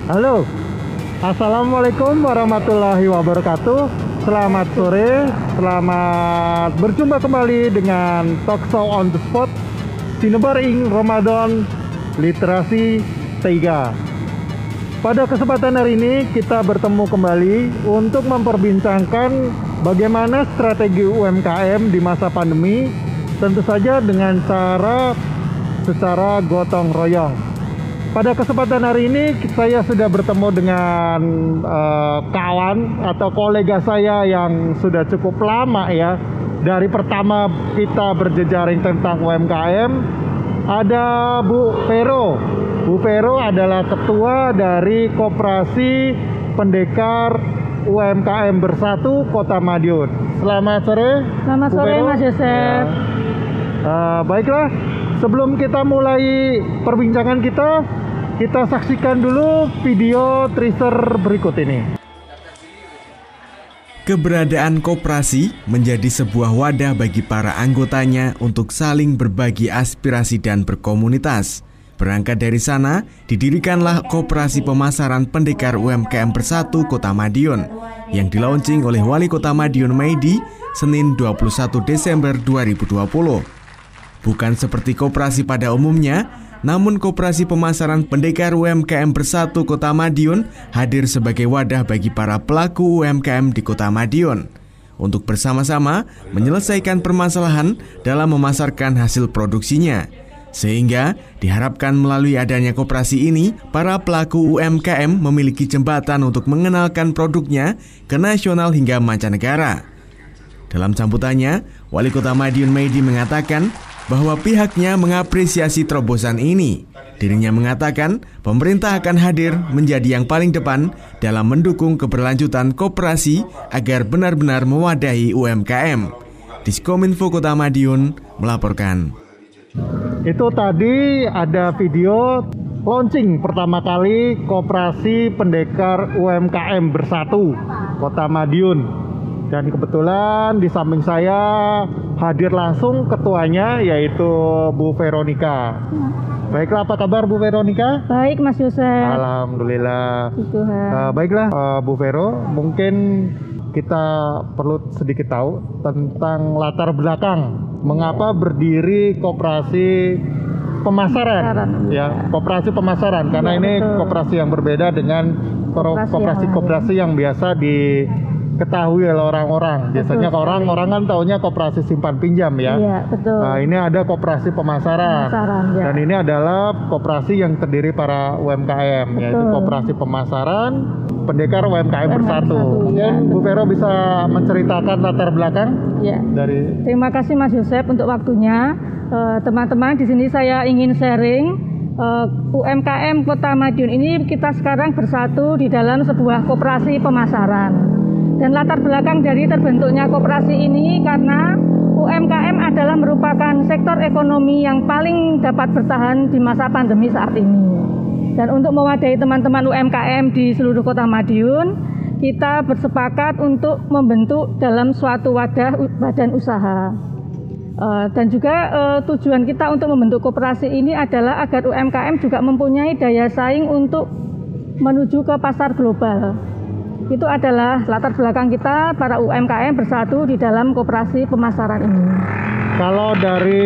Halo, Assalamualaikum warahmatullahi wabarakatuh. Selamat sore, selamat berjumpa kembali dengan Talkshow on the Spot Sinebar ing Ramadan Literasi 3. Pada kesempatan hari ini kita bertemu kembali untuk memperbincangkan bagaimana strategi UMKM di masa pandemi, tentu saja dengan cara secara gotong royong. Pada kesempatan hari ini saya sudah bertemu dengan kawan atau kolega saya yang sudah cukup lama ya. Dari pertama kita berjejaring tentang UMKM, ada Bu Vero. Bu Vero adalah ketua dari Koperasi Pendekar UMKM Bersatu Kota Madiun. Selamat sore. Selamat sore Mas Yosef. Baiklah, sebelum kita mulai perbincangan kita saksikan dulu video teaser berikut ini. Keberadaan koperasi menjadi sebuah wadah bagi para anggotanya untuk saling berbagi aspirasi dan berkomunitas. Berangkat dari sana, didirikanlah Koperasi Pemasaran Pendekar UMKM Bersatu Kota Madiun yang dilaunching oleh Wali Kota Madiun Maidi Senin 21 Desember 2020. Bukan seperti koperasi pada umumnya, namun Koperasi Pemasaran Pendekar UMKM Bersatu Kota Madiun hadir sebagai wadah bagi para pelaku UMKM di Kota Madiun untuk bersama-sama menyelesaikan permasalahan dalam memasarkan hasil produksinya. Sehingga diharapkan melalui adanya koperasi ini, para pelaku UMKM memiliki jembatan untuk mengenalkan produknya ke nasional hingga mancanegara. Dalam sambutannya, Wali Kota Madiun Maidi mengatakan bahwa pihaknya mengapresiasi terobosan ini. Dirinya mengatakan pemerintah akan hadir menjadi yang paling depan dalam mendukung keberlanjutan koperasi agar benar-benar mewadahi UMKM. Diskominfo Kota Madiun melaporkan. Itu tadi ada video launching pertama kali Koperasi Pendekar UMKM Bersatu Kota Madiun. Dan kebetulan di samping saya hadir langsung ketuanya, yaitu Bu Veronica. Baiklah, apa kabar Bu Veronica? Baik Mas Yosef. Alhamdulillah. Baiklah Bu Vero, mungkin kita perlu sedikit tahu tentang latar belakang mengapa berdiri Koperasi Pemasaran. Ya, Koperasi Pemasaran, karena ini betul. Koperasi yang berbeda dengan koperasi-koperasi yang biasa diketahui oleh orang-orang. Biasanya orang-orang kan taunya koperasi simpan pinjam ya. Iya, betul. Nah, ini ada Koperasi Pemasaran ya. Dan ini adalah koperasi yang terdiri para UMKM, yaitu Koperasi Pemasaran Pendekar UMKM Bersatu. Mungkin Bu Vero bisa menceritakan latar belakang dari. Terima kasih Mas Yosef untuk waktunya. Teman-teman, di sini saya ingin sharing UMKM Kota Madiun ini kita sekarang bersatu di dalam sebuah koperasi pemasaran. Dan latar belakang dari terbentuknya koperasi ini karena UMKM adalah merupakan sektor ekonomi yang paling dapat bertahan di masa pandemi saat ini. Dan untuk mewadahi teman-teman UMKM di seluruh Kota Madiun, kita bersepakat untuk membentuk dalam suatu wadah badan usaha. Dan juga tujuan kita untuk membentuk koperasi ini adalah agar UMKM juga mempunyai daya saing untuk menuju ke pasar global. Itu adalah latar belakang kita para UMKM bersatu di dalam koperasi pemasaran ini. Kalau dari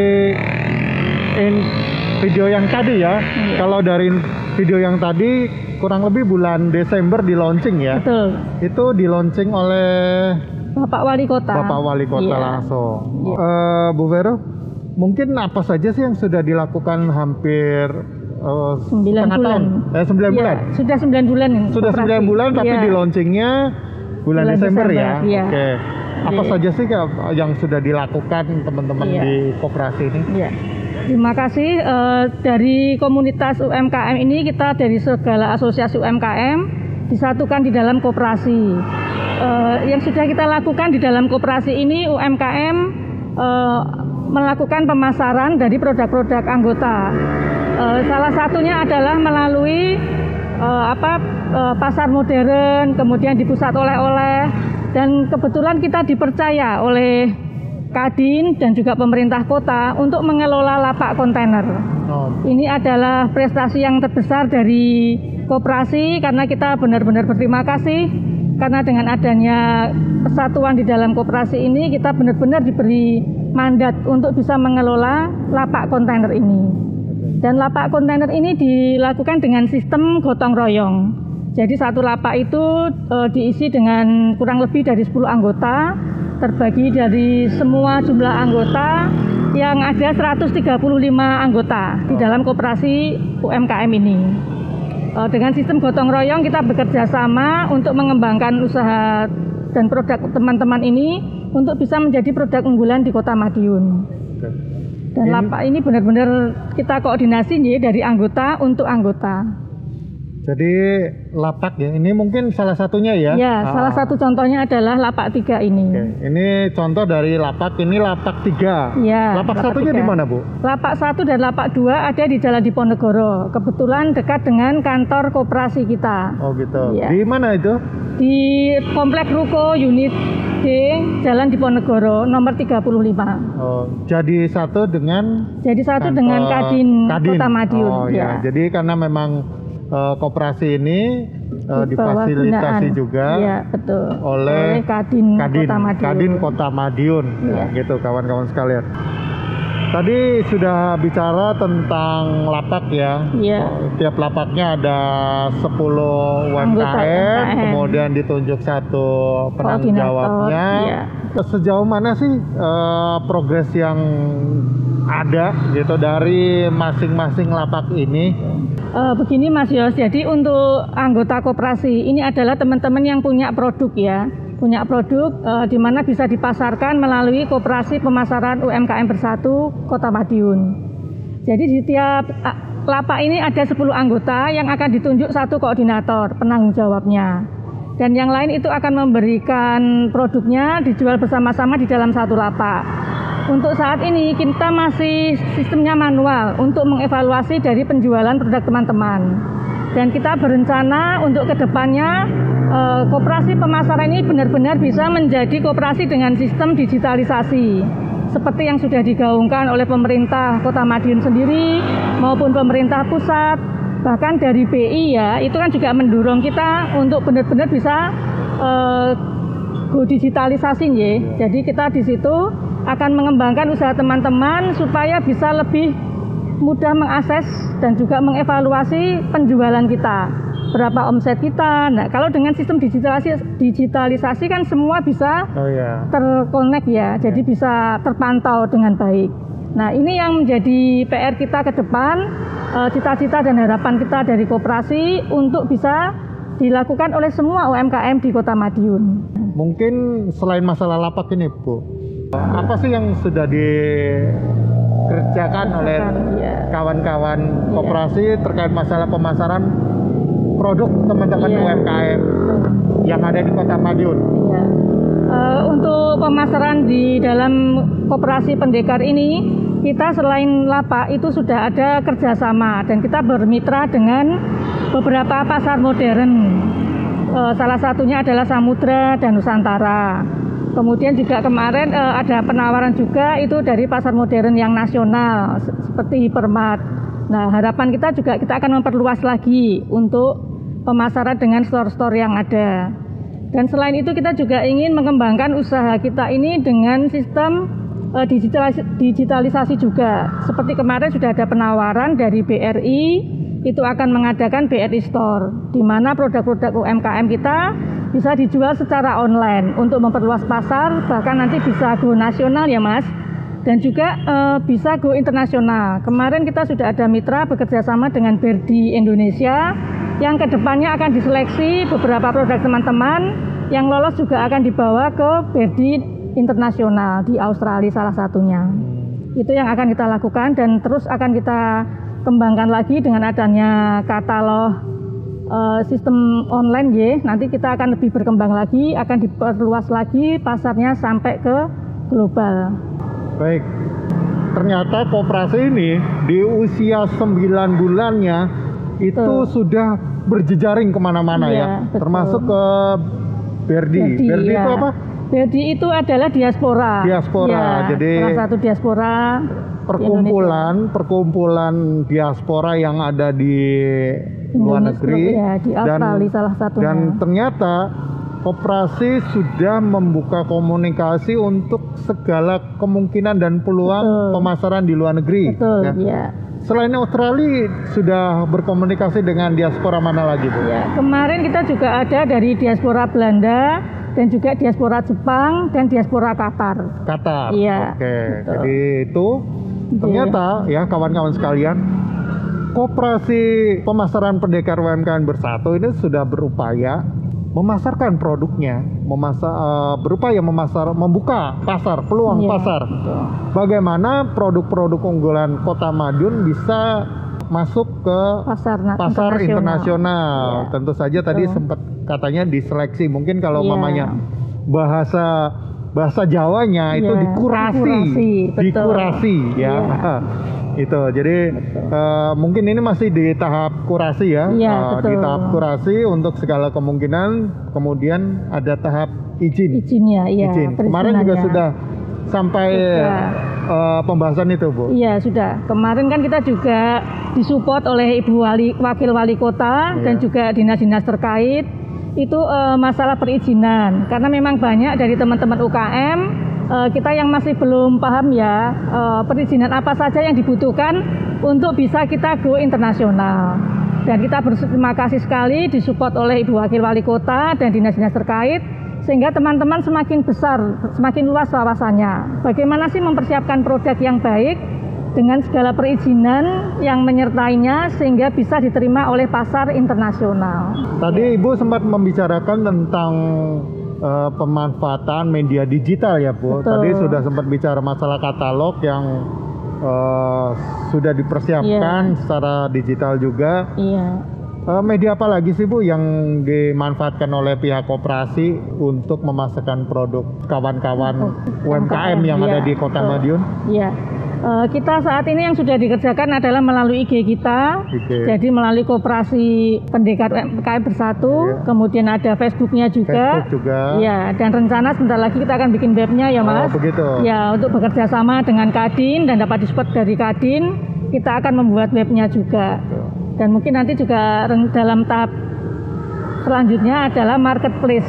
video yang tadi kalau dari video yang tadi kurang lebih bulan Desember di launching ya. Betul. Itu di launching oleh Bapak Wali Kota. Bapak Wali Kota langsung. Bu Vero, mungkin apa saja sih yang sudah dilakukan hampir 9 bulan. 9 bulan. Sudah 9 bulan. Sudah 9 bulan, tapi di launchingnya bulan Desember ya. Oke. Apa saja sih yang sudah dilakukan teman-teman di koperasi ini? Terima kasih. Dari komunitas UMKM ini, kita dari segala asosiasi UMKM disatukan di dalam koperasi. Yang sudah kita lakukan di dalam koperasi ini, UMKM melakukan pemasaran dari produk-produk anggota. Salah satunya adalah melalui pasar modern, kemudian di pusat oleh-oleh, dan kebetulan kita dipercaya oleh Kadin dan juga pemerintah kota untuk mengelola lapak kontainer. Ini adalah prestasi yang terbesar dari koperasi karena kita benar-benar berterima kasih karena dengan adanya persatuan di dalam koperasi ini kita benar-benar diberi mandat untuk bisa mengelola lapak kontainer ini. Dan lapak kontainer ini dilakukan dengan sistem gotong royong. Jadi satu lapak itu diisi dengan kurang lebih dari 10 anggota, terbagi dari semua jumlah anggota yang ada 135 anggota di dalam koperasi UMKM ini. Dengan sistem gotong royong kita bekerja sama untuk mengembangkan usaha dan produk teman-teman ini untuk bisa menjadi produk unggulan di Kota Madiun. Dan lapak ini benar-benar kita koordinasi dari anggota untuk anggota. Jadi lapak ya, ini mungkin salah satunya ya? Ya, salah satu contohnya adalah lapak 3 ini. Oke. Ini contoh dari lapak, ini lapak 3. Ya, lapak satunya di mana, Bu? Lapak 1 dan lapak 2 ada di Jalan Diponegoro. Kebetulan dekat dengan kantor koperasi kita. Oh gitu. Ya. Di mana itu? Di Komplek Ruko Unit D, Jalan Diponegoro, nomor 35. Oh, jadi satu dengan? Jadi satu dengan Kadin Kota Madiun. Oh ya. Jadi karena memang koperasi ini difasilitasi juga oleh Kadin Kota Madiun. Nah, gitu kawan-kawan sekalian. Tadi sudah bicara tentang lapak ya. Tiap lapaknya ada 10 UMKM, kemudian ditunjuk satu penanggung jawabnya. Sejauh mana sih progres yang ada gitu dari masing-masing lapak ini? Begini Mas Yos, jadi untuk anggota koperasi ini adalah teman-teman yang punya produk ya, punya produk di mana bisa dipasarkan melalui koperasi pemasaran UMKM Bersatu Kota Madiun. Jadi di tiap lapak ini ada 10 anggota yang akan ditunjuk satu koordinator penanggung jawabnya. Dan yang lain itu akan memberikan produknya dijual bersama-sama di dalam satu lapak. Untuk saat ini kita masih sistemnya manual untuk mengevaluasi dari penjualan produk teman-teman. Dan kita berencana untuk kedepannya koperasi pemasaran ini benar-benar bisa menjadi koperasi dengan sistem digitalisasi. Seperti yang sudah digaungkan oleh pemerintah Kota Madiun sendiri maupun pemerintah pusat. Bahkan dari BI ya, itu kan juga mendorong kita untuk benar-benar bisa go digitalisasi ya. Jadi kita di situ akan mengembangkan usaha teman-teman supaya bisa lebih mudah mengakses dan juga mengevaluasi penjualan kita, berapa omset kita. Nah, kalau dengan sistem digitalisasi kan semua bisa terkonek ya, jadi bisa terpantau dengan baik. Nah, ini yang menjadi PR kita ke depan, cita-cita dan harapan kita dari koperasi untuk bisa dilakukan oleh semua UMKM di Kota Madiun. Mungkin selain masalah lapak ini, Bu, apa sih yang sudah dikerjakan oleh kawan-kawan koperasi terkait masalah pemasaran produk teman-teman UMKM yang ada di Kota Madiun? Untuk pemasaran di dalam koperasi Pendekar ini, kita selain lapak itu sudah ada kerjasama dan kita bermitra dengan beberapa pasar modern. Salah satunya adalah Samudra dan Nusantara. Kemudian juga kemarin ada penawaran juga itu dari pasar modern yang nasional seperti Hypermart. Nah, harapan kita juga kita akan memperluas lagi untuk pemasaran dengan store-store yang ada. Dan selain itu kita juga ingin mengembangkan usaha kita ini dengan sistem digitalisasi juga. Seperti kemarin sudah ada penawaran dari BRI, itu akan mengadakan BRI Store, di mana produk-produk UMKM kita bisa dijual secara online untuk memperluas pasar, bahkan nanti bisa go nasional ya Mas, dan juga bisa go internasional. Kemarin kita sudah ada mitra bekerja sama dengan Berdi Indonesia, yang kedepannya akan diseleksi beberapa produk teman-teman yang lolos juga akan dibawa ke Berdi internasional di Australia salah satunya. Itu yang akan kita lakukan dan terus akan kita kembangkan lagi dengan adanya katalog sistem online ya. Nanti kita akan lebih berkembang lagi, akan diperluas lagi pasarnya sampai ke global. Baik, ternyata koperasi ini di usia 9 bulannya itu sudah berjejaring kemana-mana ya, betul. Termasuk ke Berdi. Berdi itu apa? BRI itu adalah diaspora. Diaspora, ya, jadi salah satu diaspora perkumpulan diaspora yang ada di luar negeri ya, di Australia salah satunya. Dan ternyata koperasi sudah membuka komunikasi untuk segala kemungkinan dan peluang pemasaran di luar negeri. Betul, ya. Selain Australia, sudah berkomunikasi dengan diaspora mana lagi, Bu? Ya, kemarin kita juga ada dari diaspora Belanda dan juga diaspora Jepang dan diaspora Qatar. Qatar. Iya. Oke. Jadi itu ternyata ya kawan-kawan sekalian, Koperasi Pemasaran Pendekar UMKM Bersatu ini sudah berupaya memasarkan produknya, membuka pasar, peluang pasar. Betul. Bagaimana produk-produk unggulan Kota Madiun bisa masuk ke pasar internasional. Ya. Tentu saja tadi sempat katanya diseleksi, mungkin kalau mamanya bahasa Jawanya itu dikurasi ya. Itu jadi mungkin ini masih di tahap kurasi ya, di tahap kurasi untuk segala kemungkinan. Kemudian ada tahap izin. Kemarin juga sudah sampai pembahasan itu, Bu. Iya, sudah. Kemarin kan kita juga disupport oleh Ibu Wakil Wali Kota dan juga dinas-dinas terkait. Itu masalah perizinan, karena memang banyak dari teman-teman UKM kita yang masih belum paham ya perizinan apa saja yang dibutuhkan untuk bisa kita go internasional. Dan kita berterima kasih sekali disupport oleh Ibu Wakil Wali Kota dan dinas-dinas terkait, sehingga teman-teman semakin besar, semakin luas wawasannya. Bagaimana sih mempersiapkan produk yang baik dengan segala perizinan yang menyertainya sehingga bisa diterima oleh pasar internasional. Tadi Ibu sempat membicarakan tentang pemanfaatan media digital ya, Bu. Betul. Tadi sudah sempat bicara masalah katalog yang sudah dipersiapkan secara digital juga. Media apa lagi sih, Bu, yang dimanfaatkan oleh pihak koperasi untuk memasarkan produk kawan-kawan UMKM yang ada di Kota Madiun? Kita saat ini yang sudah dikerjakan adalah melalui IG kita, jadi melalui Koperasi Pendekar UMKM Bersatu, kemudian ada Facebooknya juga. Ya, dan rencana sebentar lagi kita akan bikin webnya ya, Mas. Ya, untuk bekerja sama dengan Kadin dan dapat disupport dari Kadin, kita akan membuat webnya juga. Dan mungkin nanti juga dalam tahap selanjutnya adalah marketplace.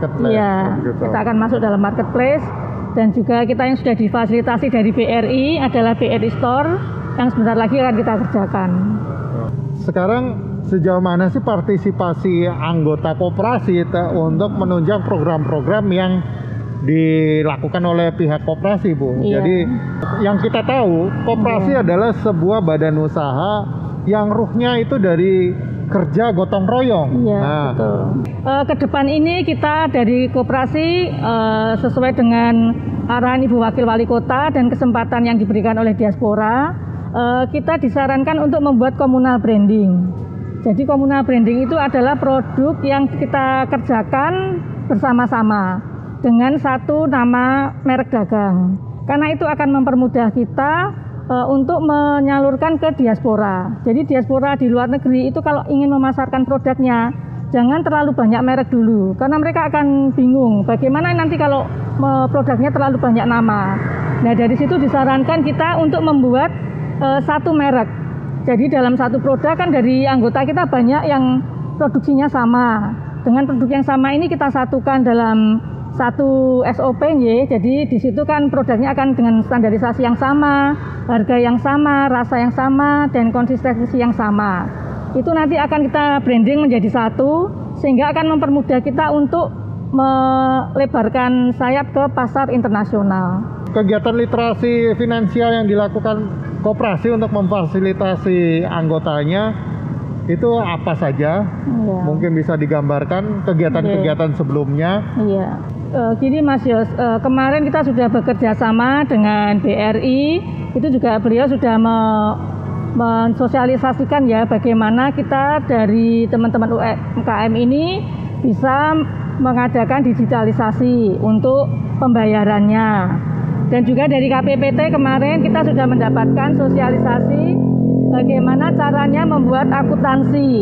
Ya, kita akan masuk dalam marketplace. Dan juga kita yang sudah difasilitasi dari BRI adalah BRI Store yang sebentar lagi akan kita kerjakan. Sekarang sejauh mana sih partisipasi anggota koperasi untuk menunjang program-program yang dilakukan oleh pihak koperasi, Bu? Jadi yang kita tahu koperasi adalah sebuah badan usaha yang ruhnya itu dari kerja gotong royong. Betul. Ke depan ini kita dari koperasi sesuai dengan arahan Ibu Wakil Wali Kota dan kesempatan yang diberikan oleh diaspora, kita disarankan untuk membuat communal branding. Jadi communal branding itu adalah produk yang kita kerjakan bersama-sama dengan satu nama merek dagang. Karena itu akan mempermudah kita untuk menyalurkan ke diaspora. Jadi diaspora di luar negeri itu kalau ingin memasarkan produknya, jangan terlalu banyak merek dulu, karena mereka akan bingung bagaimana nanti kalau produknya terlalu banyak nama. Nah, dari situ disarankan kita untuk membuat satu merek. Jadi dalam satu produk kan dari anggota kita banyak yang produksinya sama. Dengan produk yang sama ini kita satukan dalam satu SOP, jadi di situ kan produknya akan dengan standarisasi yang sama, harga yang sama, rasa yang sama, dan konsistensi yang sama. Itu nanti akan kita branding menjadi satu, sehingga akan mempermudah kita untuk melebarkan sayap ke pasar internasional. Kegiatan literasi finansial yang dilakukan koperasi untuk memfasilitasi anggotanya itu apa saja? Mungkin bisa digambarkan kegiatan-kegiatan sebelumnya. Gini Mas Yos, kemarin kita sudah bekerja sama dengan BRI, itu juga beliau sudah mensosialisasikan ya bagaimana kita dari teman-teman UMKM ini bisa mengadakan digitalisasi untuk pembayarannya. Dan juga dari KPPT kemarin kita sudah mendapatkan sosialisasi bagaimana caranya membuat akuntansi.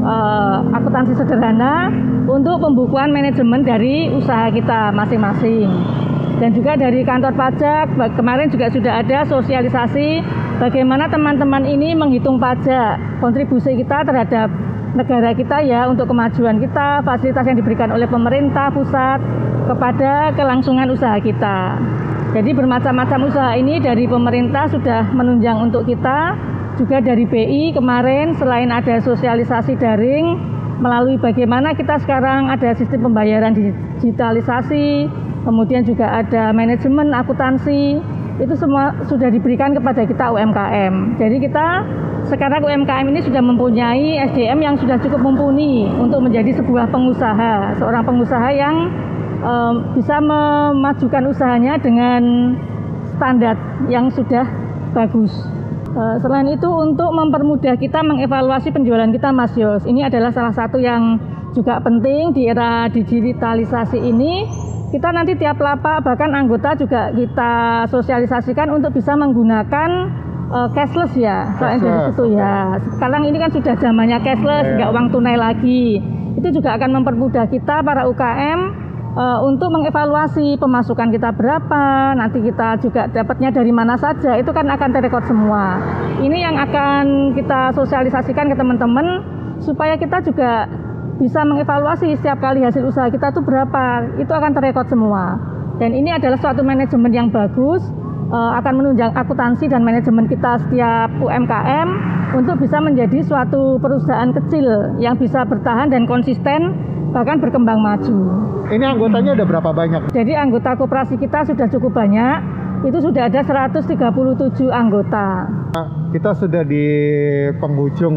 akuntansi sederhana untuk pembukuan manajemen dari usaha kita masing-masing. Dan juga dari kantor pajak, kemarin juga sudah ada sosialisasi bagaimana teman-teman ini menghitung pajak, kontribusi kita terhadap negara kita ya, untuk kemajuan kita, fasilitas yang diberikan oleh pemerintah pusat kepada kelangsungan usaha kita. Jadi bermacam-macam usaha ini dari pemerintah sudah menunjang untuk kita, juga dari BI kemarin selain ada sosialisasi daring, melalui bagaimana kita sekarang ada sistem pembayaran digitalisasi, kemudian juga ada manajemen akuntansi, itu semua sudah diberikan kepada kita UMKM. Jadi kita sekarang UMKM ini sudah mempunyai SDM yang sudah cukup mumpuni untuk menjadi sebuah pengusaha, seorang pengusaha yang bisa memajukan usahanya dengan standar yang sudah bagus. Selain itu untuk mempermudah kita mengevaluasi penjualan kita, Mas Yos, ini adalah salah satu yang juga penting di era digitalisasi ini. Kita nanti tiap lapak bahkan anggota juga kita sosialisasikan untuk bisa menggunakan cashless ya, selain dari situ ya. Sekarang ini kan sudah zamannya cashless, nggak uang tunai lagi. Itu juga akan mempermudah kita para UKM untuk mengevaluasi pemasukan kita berapa, nanti kita juga dapatnya dari mana saja, itu kan akan terekod semua. Ini yang akan kita sosialisasikan ke teman-teman supaya kita juga bisa mengevaluasi setiap kali hasil usaha kita itu berapa, itu akan terekod semua. Dan ini adalah suatu manajemen yang bagus, akan menunjang akuntansi dan manajemen kita setiap UMKM untuk bisa menjadi suatu perusahaan kecil yang bisa bertahan dan konsisten, bahkan berkembang maju. Ini anggotanya ada berapa banyak? Jadi anggota koperasi kita sudah cukup banyak, itu sudah ada 137 anggota. Kita sudah di penghujung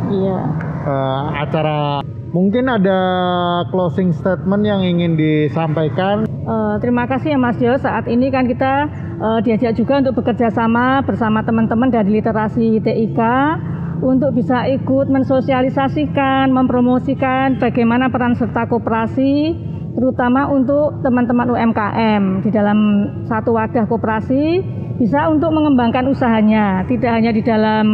acara. Mungkin ada closing statement yang ingin disampaikan. Terima kasih ya Mas Yos, saat ini kan kita diajak juga untuk bekerja sama bersama teman-teman dari literasi TIK untuk bisa ikut mensosialisasikan, mempromosikan bagaimana peran serta koperasi, terutama untuk teman-teman UMKM di dalam satu wadah koperasi bisa untuk mengembangkan usahanya, tidak hanya di dalam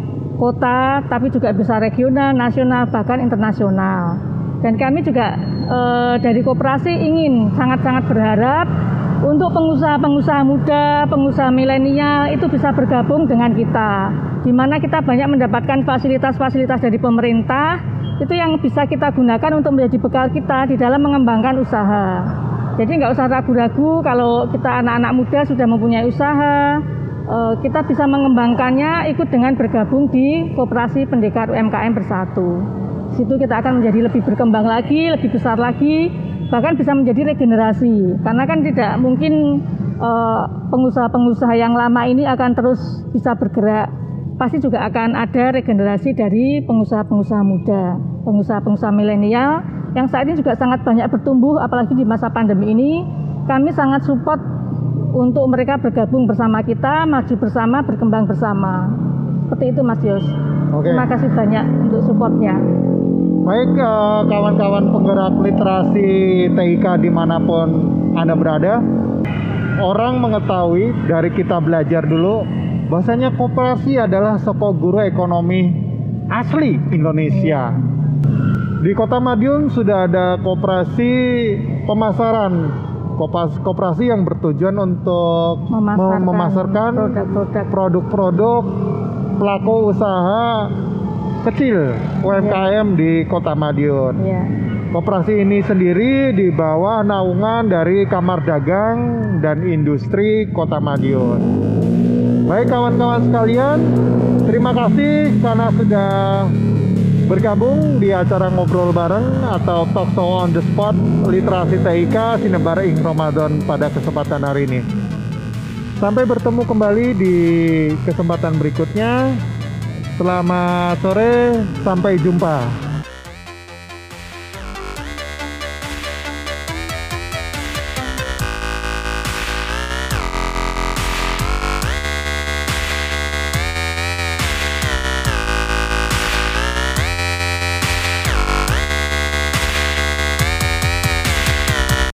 kota, tapi juga bisa regional, nasional, bahkan internasional. Dan kami juga dari koperasi ingin sangat-sangat berharap untuk pengusaha-pengusaha muda, pengusaha milenial itu bisa bergabung dengan kita, di mana kita banyak mendapatkan fasilitas-fasilitas dari pemerintah, itu yang bisa kita gunakan untuk menjadi bekal kita di dalam mengembangkan usaha. Jadi nggak usah ragu-ragu kalau kita anak-anak muda sudah mempunyai usaha, kita bisa mengembangkannya ikut dengan bergabung di Koperasi Pendekar UMKM Bersatu. Di situ kita akan menjadi lebih berkembang lagi, lebih besar lagi, bahkan bisa menjadi regenerasi. Karena kan tidak mungkin pengusaha-pengusaha yang lama ini akan terus bisa bergerak. Pasti juga akan ada regenerasi dari pengusaha-pengusaha muda, pengusaha-pengusaha milenial yang saat ini juga sangat banyak bertumbuh, apalagi di masa pandemi ini. Kami sangat support untuk mereka bergabung bersama kita, maju bersama, berkembang bersama. Seperti itu Mas Yos. Terima kasih banyak untuk supportnya. Baik, kawan-kawan penggerak literasi TIK dimanapun Anda berada, orang mengetahui dari kita belajar dulu bahwasanya koperasi adalah soko guru ekonomi asli Indonesia. Di Kota Madiun sudah ada koperasi pemasaran, koperasi yang bertujuan untuk memasarkan produk-produk pelaku usaha kecil UMKM di Kota Madiun. Koperasi ini sendiri di bawah naungan dari Kamar Dagang dan Industri Kota Madiun. Baik kawan-kawan sekalian, terima kasih karena sudah bergabung di acara ngobrol bareng atau talk show on the spot literasi TIK Sinebar Ing Ramadan pada kesempatan hari ini. Sampai bertemu kembali di kesempatan berikutnya. Selamat sore, sampai jumpa.